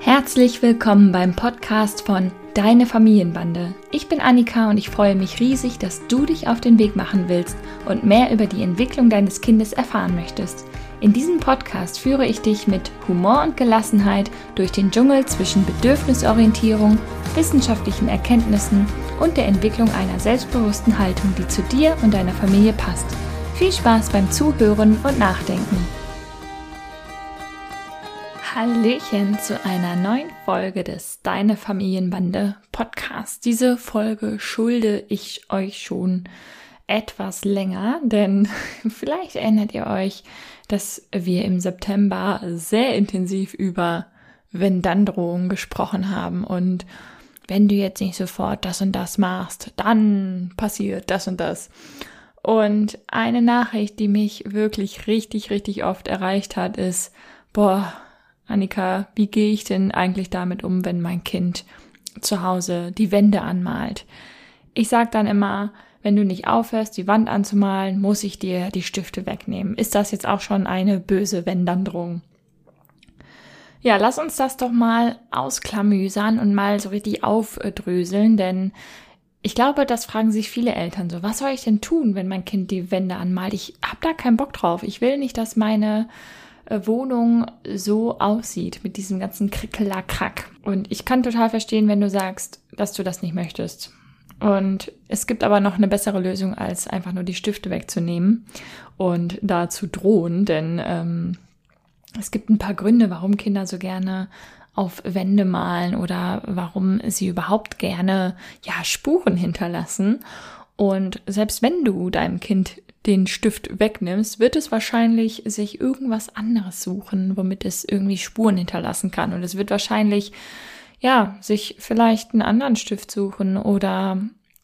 Herzlich willkommen beim Podcast von Deine Familienbande. Ich bin Annika und ich freue mich riesig, dass du dich auf den Weg machen willst und mehr über die Entwicklung deines Kindes erfahren möchtest. In diesem Podcast führe ich dich mit Humor und Gelassenheit durch den Dschungel zwischen Bedürfnisorientierung, wissenschaftlichen Erkenntnissen und der Entwicklung einer selbstbewussten Haltung, die zu dir und deiner Familie passt. Viel Spaß beim Zuhören und Nachdenken. Hallöchen zu einer neuen Folge des Deine Familienbande Podcast. Diese Folge schulde ich euch schon etwas länger, denn vielleicht erinnert ihr euch, dass wir im September sehr intensiv über Wenn-Dann-Drohungen gesprochen haben und wenn du jetzt nicht sofort das und das machst, dann passiert das und das. Und eine Nachricht, die mich wirklich richtig oft erreicht hat, ist, Annika, wie gehe ich denn eigentlich damit um, wenn mein Kind zu Hause die Wände anmalt? Ich sage dann immer, wenn du nicht aufhörst, die Wand anzumalen, muss ich dir die Stifte wegnehmen. Ist das jetzt auch schon eine böse Wenn-Dann-Drohung? Ja, lass uns das doch mal ausklamüsern und mal so richtig aufdröseln, denn ich glaube, das fragen sich viele Eltern so, was soll ich denn tun, wenn mein Kind die Wände anmalt? Ich habe da keinen Bock drauf. Ich will nicht, dass meine Wohnung so aussieht mit diesem ganzen Krickelakrack. Und ich kann total verstehen, wenn du sagst, dass du das nicht möchtest. Und es gibt aber noch eine bessere Lösung, als einfach nur die Stifte wegzunehmen und da zu drohen, denn es gibt ein paar Gründe, warum Kinder so gerne auf Wände malen oder warum sie überhaupt gerne Spuren hinterlassen. Und selbst wenn du deinem Kind den Stift wegnimmst, wird es wahrscheinlich sich irgendwas anderes suchen, womit es irgendwie Spuren hinterlassen kann. Und es wird wahrscheinlich, sich vielleicht einen anderen Stift suchen oder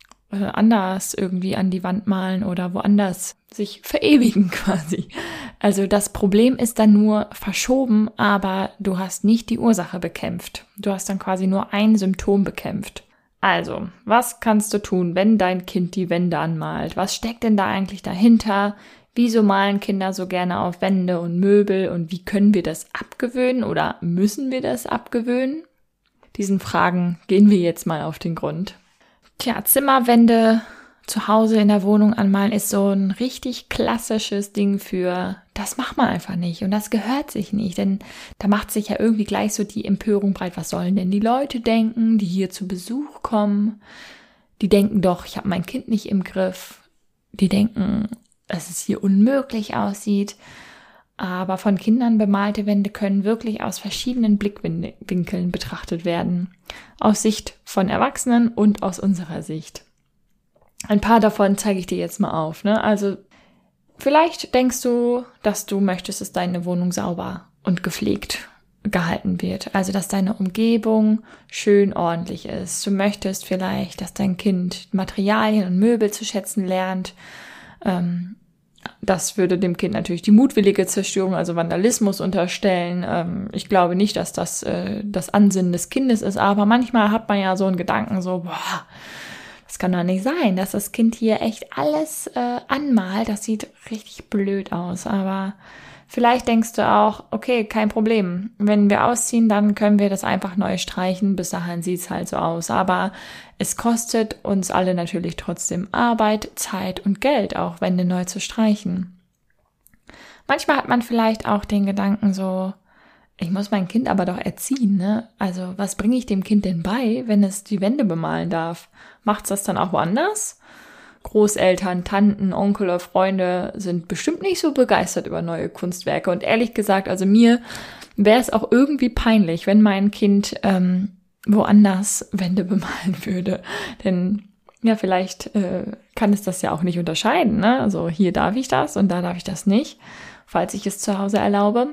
anders irgendwie an die Wand malen oder woanders sich verewigen quasi. Also das Problem ist dann nur verschoben, aber du hast nicht die Ursache bekämpft. Du hast dann quasi nur ein Symptom bekämpft. Also, was kannst du tun, wenn dein Kind die Wände anmalt? Was steckt denn da eigentlich dahinter? Wieso malen Kinder so gerne auf Wände und Möbel? Und wie können wir das abgewöhnen oder müssen wir das abgewöhnen? Diesen Fragen gehen wir jetzt mal auf den Grund. Zimmerwände zu Hause in der Wohnung anmalen ist so ein richtig klassisches Ding für, das macht man einfach nicht und das gehört sich nicht, denn da macht sich ja irgendwie gleich so die Empörung breit, was sollen denn die Leute denken, die hier zu Besuch kommen? Die denken doch, ich habe mein Kind nicht im Griff. Die denken, dass es hier unmöglich aussieht. Aber von Kindern bemalte Wände können wirklich aus verschiedenen Blickwinkeln betrachtet werden. Aus Sicht von Erwachsenen und aus unserer Sicht. Ein paar davon zeige ich dir jetzt mal auf, ne? Also vielleicht denkst du, dass du möchtest, dass deine Wohnung sauber und gepflegt gehalten wird. Also dass deine Umgebung schön ordentlich ist. Du möchtest vielleicht, dass dein Kind Materialien und Möbel zu schätzen lernt. Das würde dem Kind natürlich die mutwillige Zerstörung, also Vandalismus unterstellen. Ich glaube nicht, dass das das Ansinnen des Kindes ist, aber manchmal hat man ja so einen Gedanken so, das kann doch nicht sein, dass das Kind hier echt alles anmalt. Das sieht richtig blöd aus. Aber vielleicht denkst du auch, okay, kein Problem. Wenn wir ausziehen, dann können wir das einfach neu streichen. Bis dahin sieht's halt so aus. Aber es kostet uns alle natürlich trotzdem Arbeit, Zeit und Geld, auch Wände neu zu streichen. Manchmal hat man vielleicht auch den Gedanken so, ich muss mein Kind aber doch erziehen, ne? Also was bringe ich dem Kind denn bei, wenn es die Wände bemalen darf? Macht's das dann auch woanders? Großeltern, Tanten, Onkel oder Freunde sind bestimmt nicht so begeistert über neue Kunstwerke. Und ehrlich gesagt, also mir wäre es auch irgendwie peinlich, wenn mein Kind woanders Wände bemalen würde. Denn vielleicht kann es das ja auch nicht unterscheiden, ne? Also hier darf ich das und da darf ich das nicht, falls ich es zu Hause erlaube.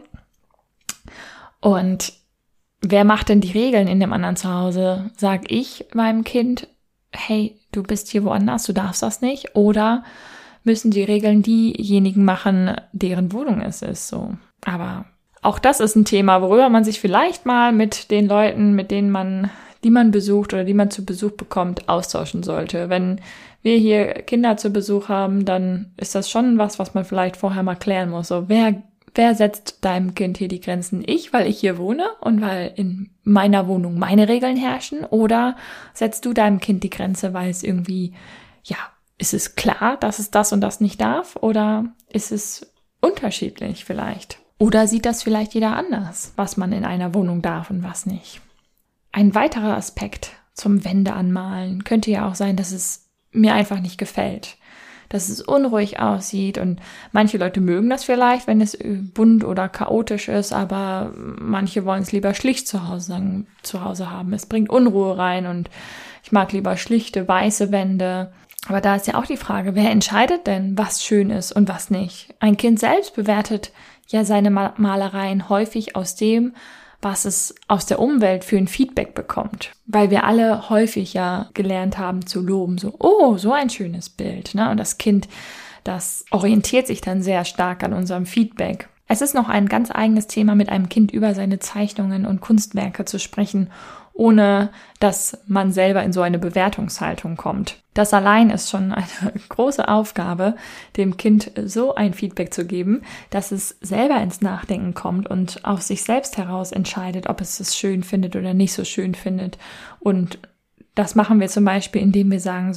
Und wer macht denn die Regeln in dem anderen Zuhause? Sag ich meinem Kind, hey, du bist hier woanders, du darfst das nicht? Oder müssen die Regeln diejenigen machen, deren Wohnung es ist? So. Aber auch das ist ein Thema, worüber man sich vielleicht mal mit den Leuten, die man besucht oder die man zu Besuch bekommt, austauschen sollte. Wenn wir hier Kinder zu Besuch haben, dann ist das schon was man vielleicht vorher mal klären muss. So, wer wer setzt deinem Kind hier die Grenzen? Ich, weil ich hier wohne und weil in meiner Wohnung meine Regeln herrschen? Oder setzt du deinem Kind die Grenze, weil es irgendwie, ist es klar, dass es das und das nicht darf? Oder ist es unterschiedlich vielleicht? Oder sieht das vielleicht jeder anders, was man in einer Wohnung darf und was nicht? Ein weiterer Aspekt zum Wände anmalen könnte ja auch sein, dass es mir einfach nicht gefällt, dass es unruhig aussieht und manche Leute mögen das vielleicht, wenn es bunt oder chaotisch ist, aber manche wollen es lieber schlicht zu Hause haben. Es bringt Unruhe rein und ich mag lieber schlichte, weiße Wände. Aber da ist ja auch die Frage, wer entscheidet denn, was schön ist und was nicht? Ein Kind selbst bewertet ja seine Malereien häufig aus dem, was es aus der Umwelt für ein Feedback bekommt. Weil wir alle häufig ja gelernt haben zu loben, so ein schönes Bild, ne? Und das Kind, das orientiert sich dann sehr stark an unserem Feedback. Es ist noch ein ganz eigenes Thema, mit einem Kind über seine Zeichnungen und Kunstwerke zu sprechen, ohne dass man selber in so eine Bewertungshaltung kommt. Das allein ist schon eine große Aufgabe, dem Kind so ein Feedback zu geben, dass es selber ins Nachdenken kommt und aus sich selbst heraus entscheidet, ob es schön findet oder nicht so schön findet. Und das machen wir zum Beispiel, indem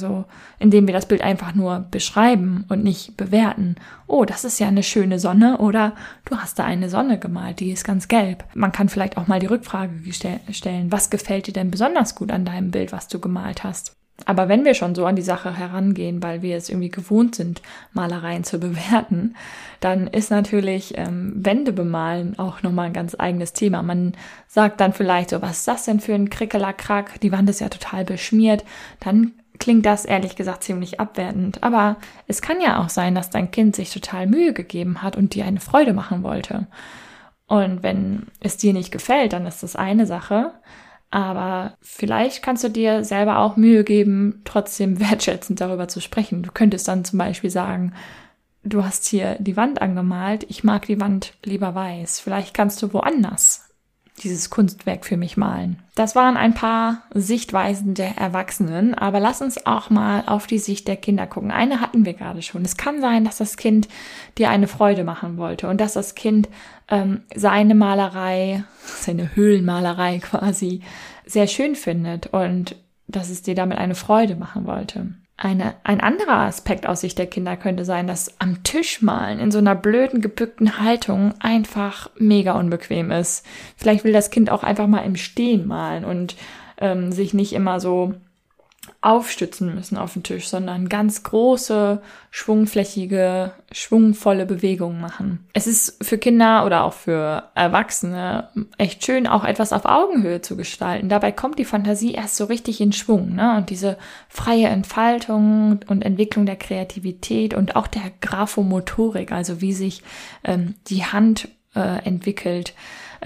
wir das Bild einfach nur beschreiben und nicht bewerten. Oh, das ist ja eine schöne Sonne oder du hast da eine Sonne gemalt, die ist ganz gelb. Man kann vielleicht auch mal die Rückfrage stellen, was gefällt dir denn besonders gut an deinem Bild, was du gemalt hast? Aber wenn wir schon so an die Sache herangehen, weil wir es irgendwie gewohnt sind, Malereien zu bewerten, dann ist natürlich Wände bemalen auch nochmal ein ganz eigenes Thema. Man sagt dann vielleicht so, was ist das denn für ein Krickelakrack? Die Wand ist ja total beschmiert. Dann klingt das ehrlich gesagt ziemlich abwertend. Aber es kann ja auch sein, dass dein Kind sich total Mühe gegeben hat und dir eine Freude machen wollte. Und wenn es dir nicht gefällt, dann ist das eine Sache. Aber vielleicht kannst du dir selber auch Mühe geben, trotzdem wertschätzend darüber zu sprechen. Du könntest dann zum Beispiel sagen, du hast hier die Wand angemalt, ich mag die Wand lieber weiß. Vielleicht kannst du woanders dieses Kunstwerk für mich malen. Das waren ein paar Sichtweisen der Erwachsenen, aber lass uns auch mal auf die Sicht der Kinder gucken. Eine hatten wir gerade schon. Es kann sein, dass das Kind dir eine Freude machen wollte und dass das Kind seine Malerei, seine Höhlenmalerei quasi sehr schön findet und dass es dir damit eine Freude machen wollte. Ein anderer Aspekt aus Sicht der Kinder könnte sein, dass am Tisch malen in so einer blöden, gebückten Haltung einfach mega unbequem ist. Vielleicht will das Kind auch einfach mal im Stehen malen und sich nicht immer so aufstützen müssen auf den Tisch, sondern ganz große, schwungflächige, schwungvolle Bewegungen machen. Es ist für Kinder oder auch für Erwachsene echt schön, auch etwas auf Augenhöhe zu gestalten. Dabei kommt die Fantasie erst so richtig in Schwung, ne? Und diese freie Entfaltung und Entwicklung der Kreativität und auch der Graphomotorik, also wie sich die Hand entwickelt,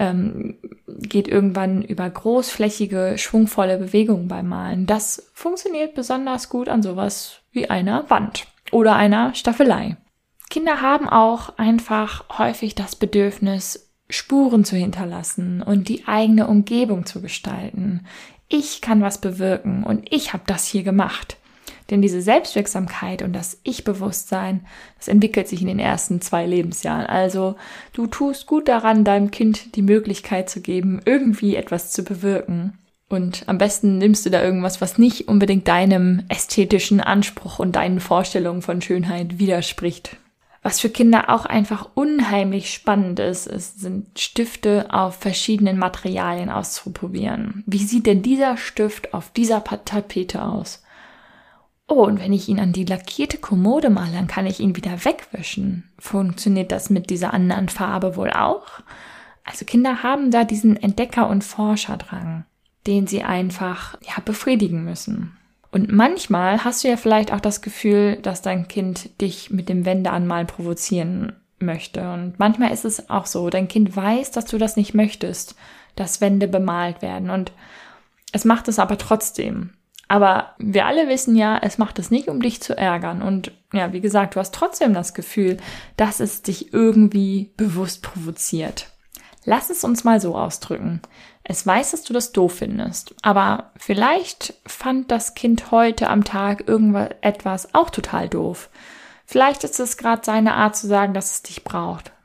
geht irgendwann über großflächige, schwungvolle Bewegungen beim Malen. Das funktioniert besonders gut an sowas wie einer Wand oder einer Staffelei. Kinder haben auch einfach häufig das Bedürfnis, Spuren zu hinterlassen und die eigene Umgebung zu gestalten. Ich kann was bewirken und ich habe das hier gemacht. Denn diese Selbstwirksamkeit und das Ich-Bewusstsein, das entwickelt sich in den ersten 2 Lebensjahren. Also du tust gut daran, deinem Kind die Möglichkeit zu geben, irgendwie etwas zu bewirken. Und am besten nimmst du da irgendwas, was nicht unbedingt deinem ästhetischen Anspruch und deinen Vorstellungen von Schönheit widerspricht. Was für Kinder auch einfach unheimlich spannend ist, sind Stifte auf verschiedenen Materialien auszuprobieren. Wie sieht denn dieser Stift auf dieser Tapete aus? Oh, und wenn ich ihn an die lackierte Kommode male, dann kann ich ihn wieder wegwischen. Funktioniert das mit dieser anderen Farbe wohl auch? Also Kinder haben da diesen Entdecker- und Forscherdrang, den sie einfach befriedigen müssen. Und manchmal hast du ja vielleicht auch das Gefühl, dass dein Kind dich mit dem Wändeanmalen provozieren möchte. Und manchmal ist es auch so, dein Kind weiß, dass du das nicht möchtest, dass Wände bemalt werden. Und es macht es aber trotzdem. Aber wir alle wissen ja, es macht es nicht, um dich zu ärgern. Und ja, wie gesagt, du hast trotzdem das Gefühl, dass es dich irgendwie bewusst provoziert. Lass es uns mal so ausdrücken. Es weiß, dass du das doof findest, aber vielleicht fand das Kind heute am Tag irgendetwas auch total doof. Vielleicht ist es gerade seine Art zu sagen, dass es dich braucht.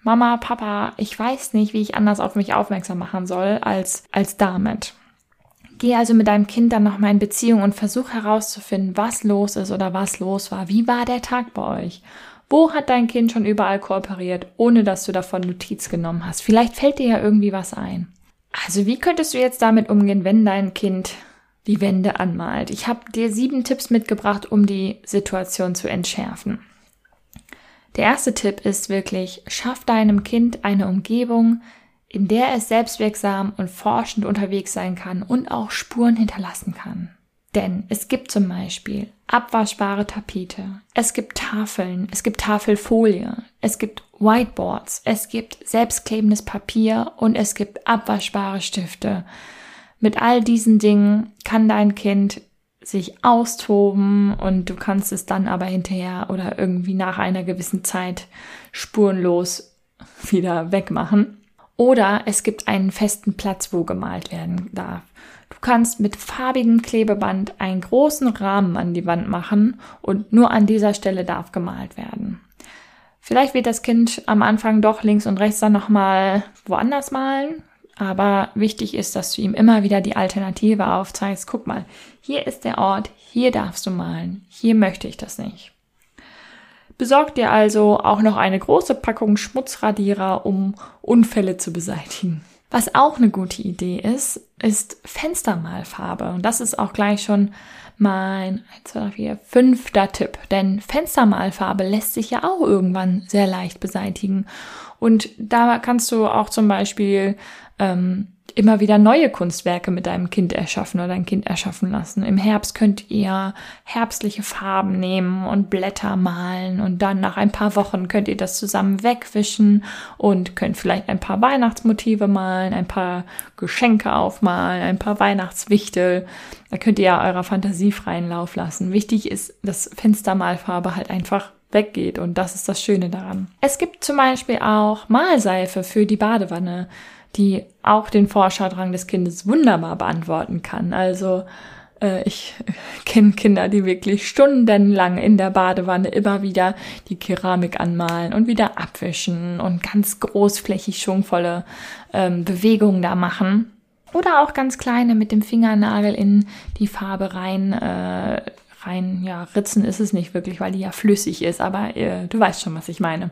Mama, Papa, ich weiß nicht, wie ich anders auf mich aufmerksam machen soll als damit. Geh also mit deinem Kind dann nochmal in Beziehung und versuch herauszufinden, was los ist oder was los war. Wie war der Tag bei euch? Wo hat dein Kind schon überall kooperiert, ohne dass du davon Notiz genommen hast? Vielleicht fällt dir ja irgendwie was ein. Also wie könntest du jetzt damit umgehen, wenn dein Kind die Wände anmalt? Ich habe dir 7 Tipps mitgebracht, um die Situation zu entschärfen. Der erste Tipp ist wirklich, schaff deinem Kind eine Umgebung, in der es selbstwirksam und forschend unterwegs sein kann und auch Spuren hinterlassen kann. Denn es gibt zum Beispiel abwaschbare Tapete, es gibt Tafeln, es gibt Tafelfolie, es gibt Whiteboards, es gibt selbstklebendes Papier und es gibt abwaschbare Stifte. Mit all diesen Dingen kann dein Kind sich austoben und du kannst es dann aber hinterher oder irgendwie nach einer gewissen Zeit spurenlos wieder wegmachen. Oder es gibt einen festen Platz, wo gemalt werden darf. Du kannst mit farbigem Klebeband einen großen Rahmen an die Wand machen und nur an dieser Stelle darf gemalt werden. Vielleicht wird das Kind am Anfang doch links und rechts dann nochmal woanders malen, aber wichtig ist, dass du ihm immer wieder die Alternative aufzeigst. Guck mal, hier ist der Ort, hier darfst du malen, hier möchte ich das nicht. Besorg dir also auch noch eine große Packung Schmutzradierer, um Unfälle zu beseitigen. Was auch eine gute Idee ist Fenstermalfarbe. Und das ist auch gleich schon mein 5. Tipp. Denn Fenstermalfarbe lässt sich ja auch irgendwann sehr leicht beseitigen. Und da kannst du auch zum Beispiel immer wieder neue Kunstwerke mit deinem Kind erschaffen oder dein Kind erschaffen lassen. Im Herbst könnt ihr herbstliche Farben nehmen und Blätter malen und dann nach ein paar Wochen könnt ihr das zusammen wegwischen und könnt vielleicht ein paar Weihnachtsmotive malen, ein paar Geschenke aufmalen, ein paar Weihnachtswichtel. Da könnt ihr ja eurer Fantasie freien Lauf lassen. Wichtig ist, dass Fenstermalfarbe halt einfach weggeht und das ist das Schöne daran. Es gibt zum Beispiel auch Malseife für die Badewanne, die auch den Forscherdrang des Kindes wunderbar beantworten kann. Also ich kenne Kinder, die wirklich stundenlang in der Badewanne immer wieder die Keramik anmalen und wieder abwischen und ganz großflächig schwungvolle Bewegungen da machen. Oder auch ganz kleine mit dem Fingernagel in die Farbe rein, ritzen ist es nicht wirklich, weil die ja flüssig ist, aber du weißt schon, was ich meine.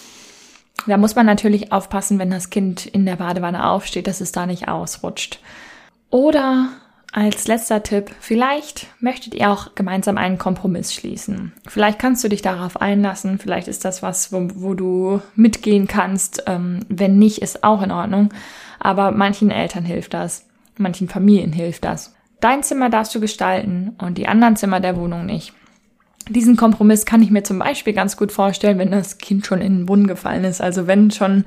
Da muss man natürlich aufpassen, wenn das Kind in der Badewanne aufsteht, dass es da nicht ausrutscht. Oder als letzter Tipp, vielleicht möchtet ihr auch gemeinsam einen Kompromiss schließen. Vielleicht kannst du dich darauf einlassen, vielleicht ist das was, wo du mitgehen kannst. Wenn nicht, ist auch in Ordnung. Aber manchen Eltern hilft das, manchen Familien hilft das. Dein Zimmer darfst du gestalten und die anderen Zimmer der Wohnung nicht. Diesen Kompromiss kann ich mir zum Beispiel ganz gut vorstellen, wenn das Kind schon in den Brunnen gefallen ist. Also wenn schon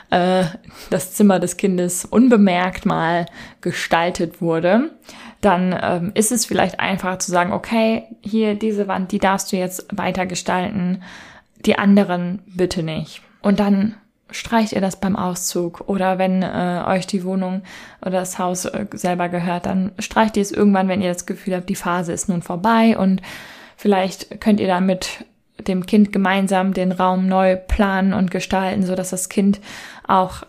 das Zimmer des Kindes unbemerkt mal gestaltet wurde, dann ist es vielleicht einfacher zu sagen, okay, hier diese Wand, die darfst du jetzt weiter gestalten, die anderen bitte nicht. Und dann streicht ihr das beim Auszug oder wenn euch die Wohnung oder das Haus selber gehört, dann streicht ihr es irgendwann, wenn ihr das Gefühl habt, die Phase ist nun vorbei und vielleicht könnt ihr dann mit dem Kind gemeinsam den Raum neu planen und gestalten, so dass das Kind auch,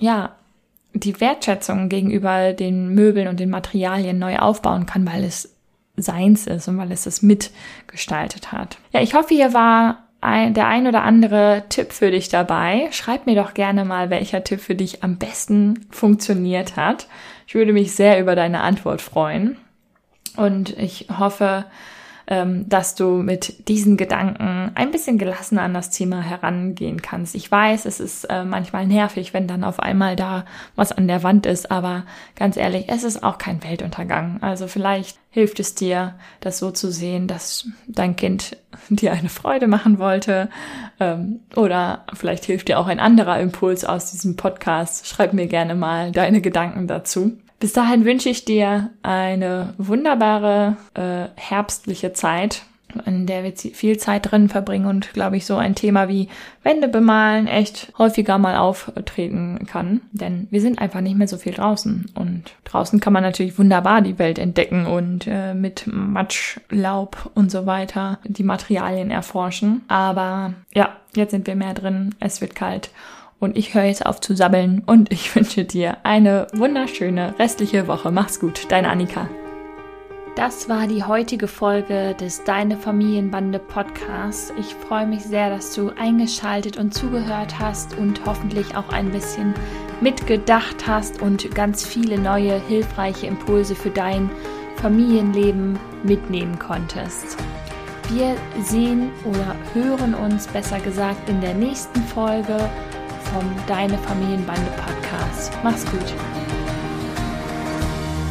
die Wertschätzung gegenüber den Möbeln und den Materialien neu aufbauen kann, weil es seins ist und weil es das mitgestaltet hat. Ja, ich hoffe, hier war der ein oder andere Tipp für dich dabei. Schreib mir doch gerne mal, welcher Tipp für dich am besten funktioniert hat. Ich würde mich sehr über deine Antwort freuen. Und ich hoffe, dass du mit diesen Gedanken ein bisschen gelassener an das Thema herangehen kannst. Ich weiß, es ist manchmal nervig, wenn dann auf einmal da was an der Wand ist, aber ganz ehrlich, es ist auch kein Weltuntergang. Also vielleicht hilft es dir, das so zu sehen, dass dein Kind dir eine Freude machen wollte, oder vielleicht hilft dir auch ein anderer Impuls aus diesem Podcast. Schreib mir gerne mal deine Gedanken dazu. Bis dahin wünsche ich dir eine wunderbare herbstliche Zeit, in der wir viel Zeit drin verbringen und, glaube ich, so ein Thema wie Wände bemalen echt häufiger mal auftreten kann. Denn wir sind einfach nicht mehr so viel draußen. Und draußen kann man natürlich wunderbar die Welt entdecken und mit Matsch, Laub und so weiter die Materialien erforschen. Aber ja, jetzt sind wir mehr drin, es wird kalt. Und ich höre jetzt auf zu sabbeln und ich wünsche dir eine wunderschöne restliche Woche. Mach's gut, deine Annika. Das war die heutige Folge des Deine Familienbande Podcasts. Ich freue mich sehr, dass du eingeschaltet und zugehört hast und hoffentlich auch ein bisschen mitgedacht hast und ganz viele neue, hilfreiche Impulse für dein Familienleben mitnehmen konntest. Wir sehen oder hören uns, besser gesagt, in der nächsten Folge vom Deine Familienbande Podcast. Mach's gut.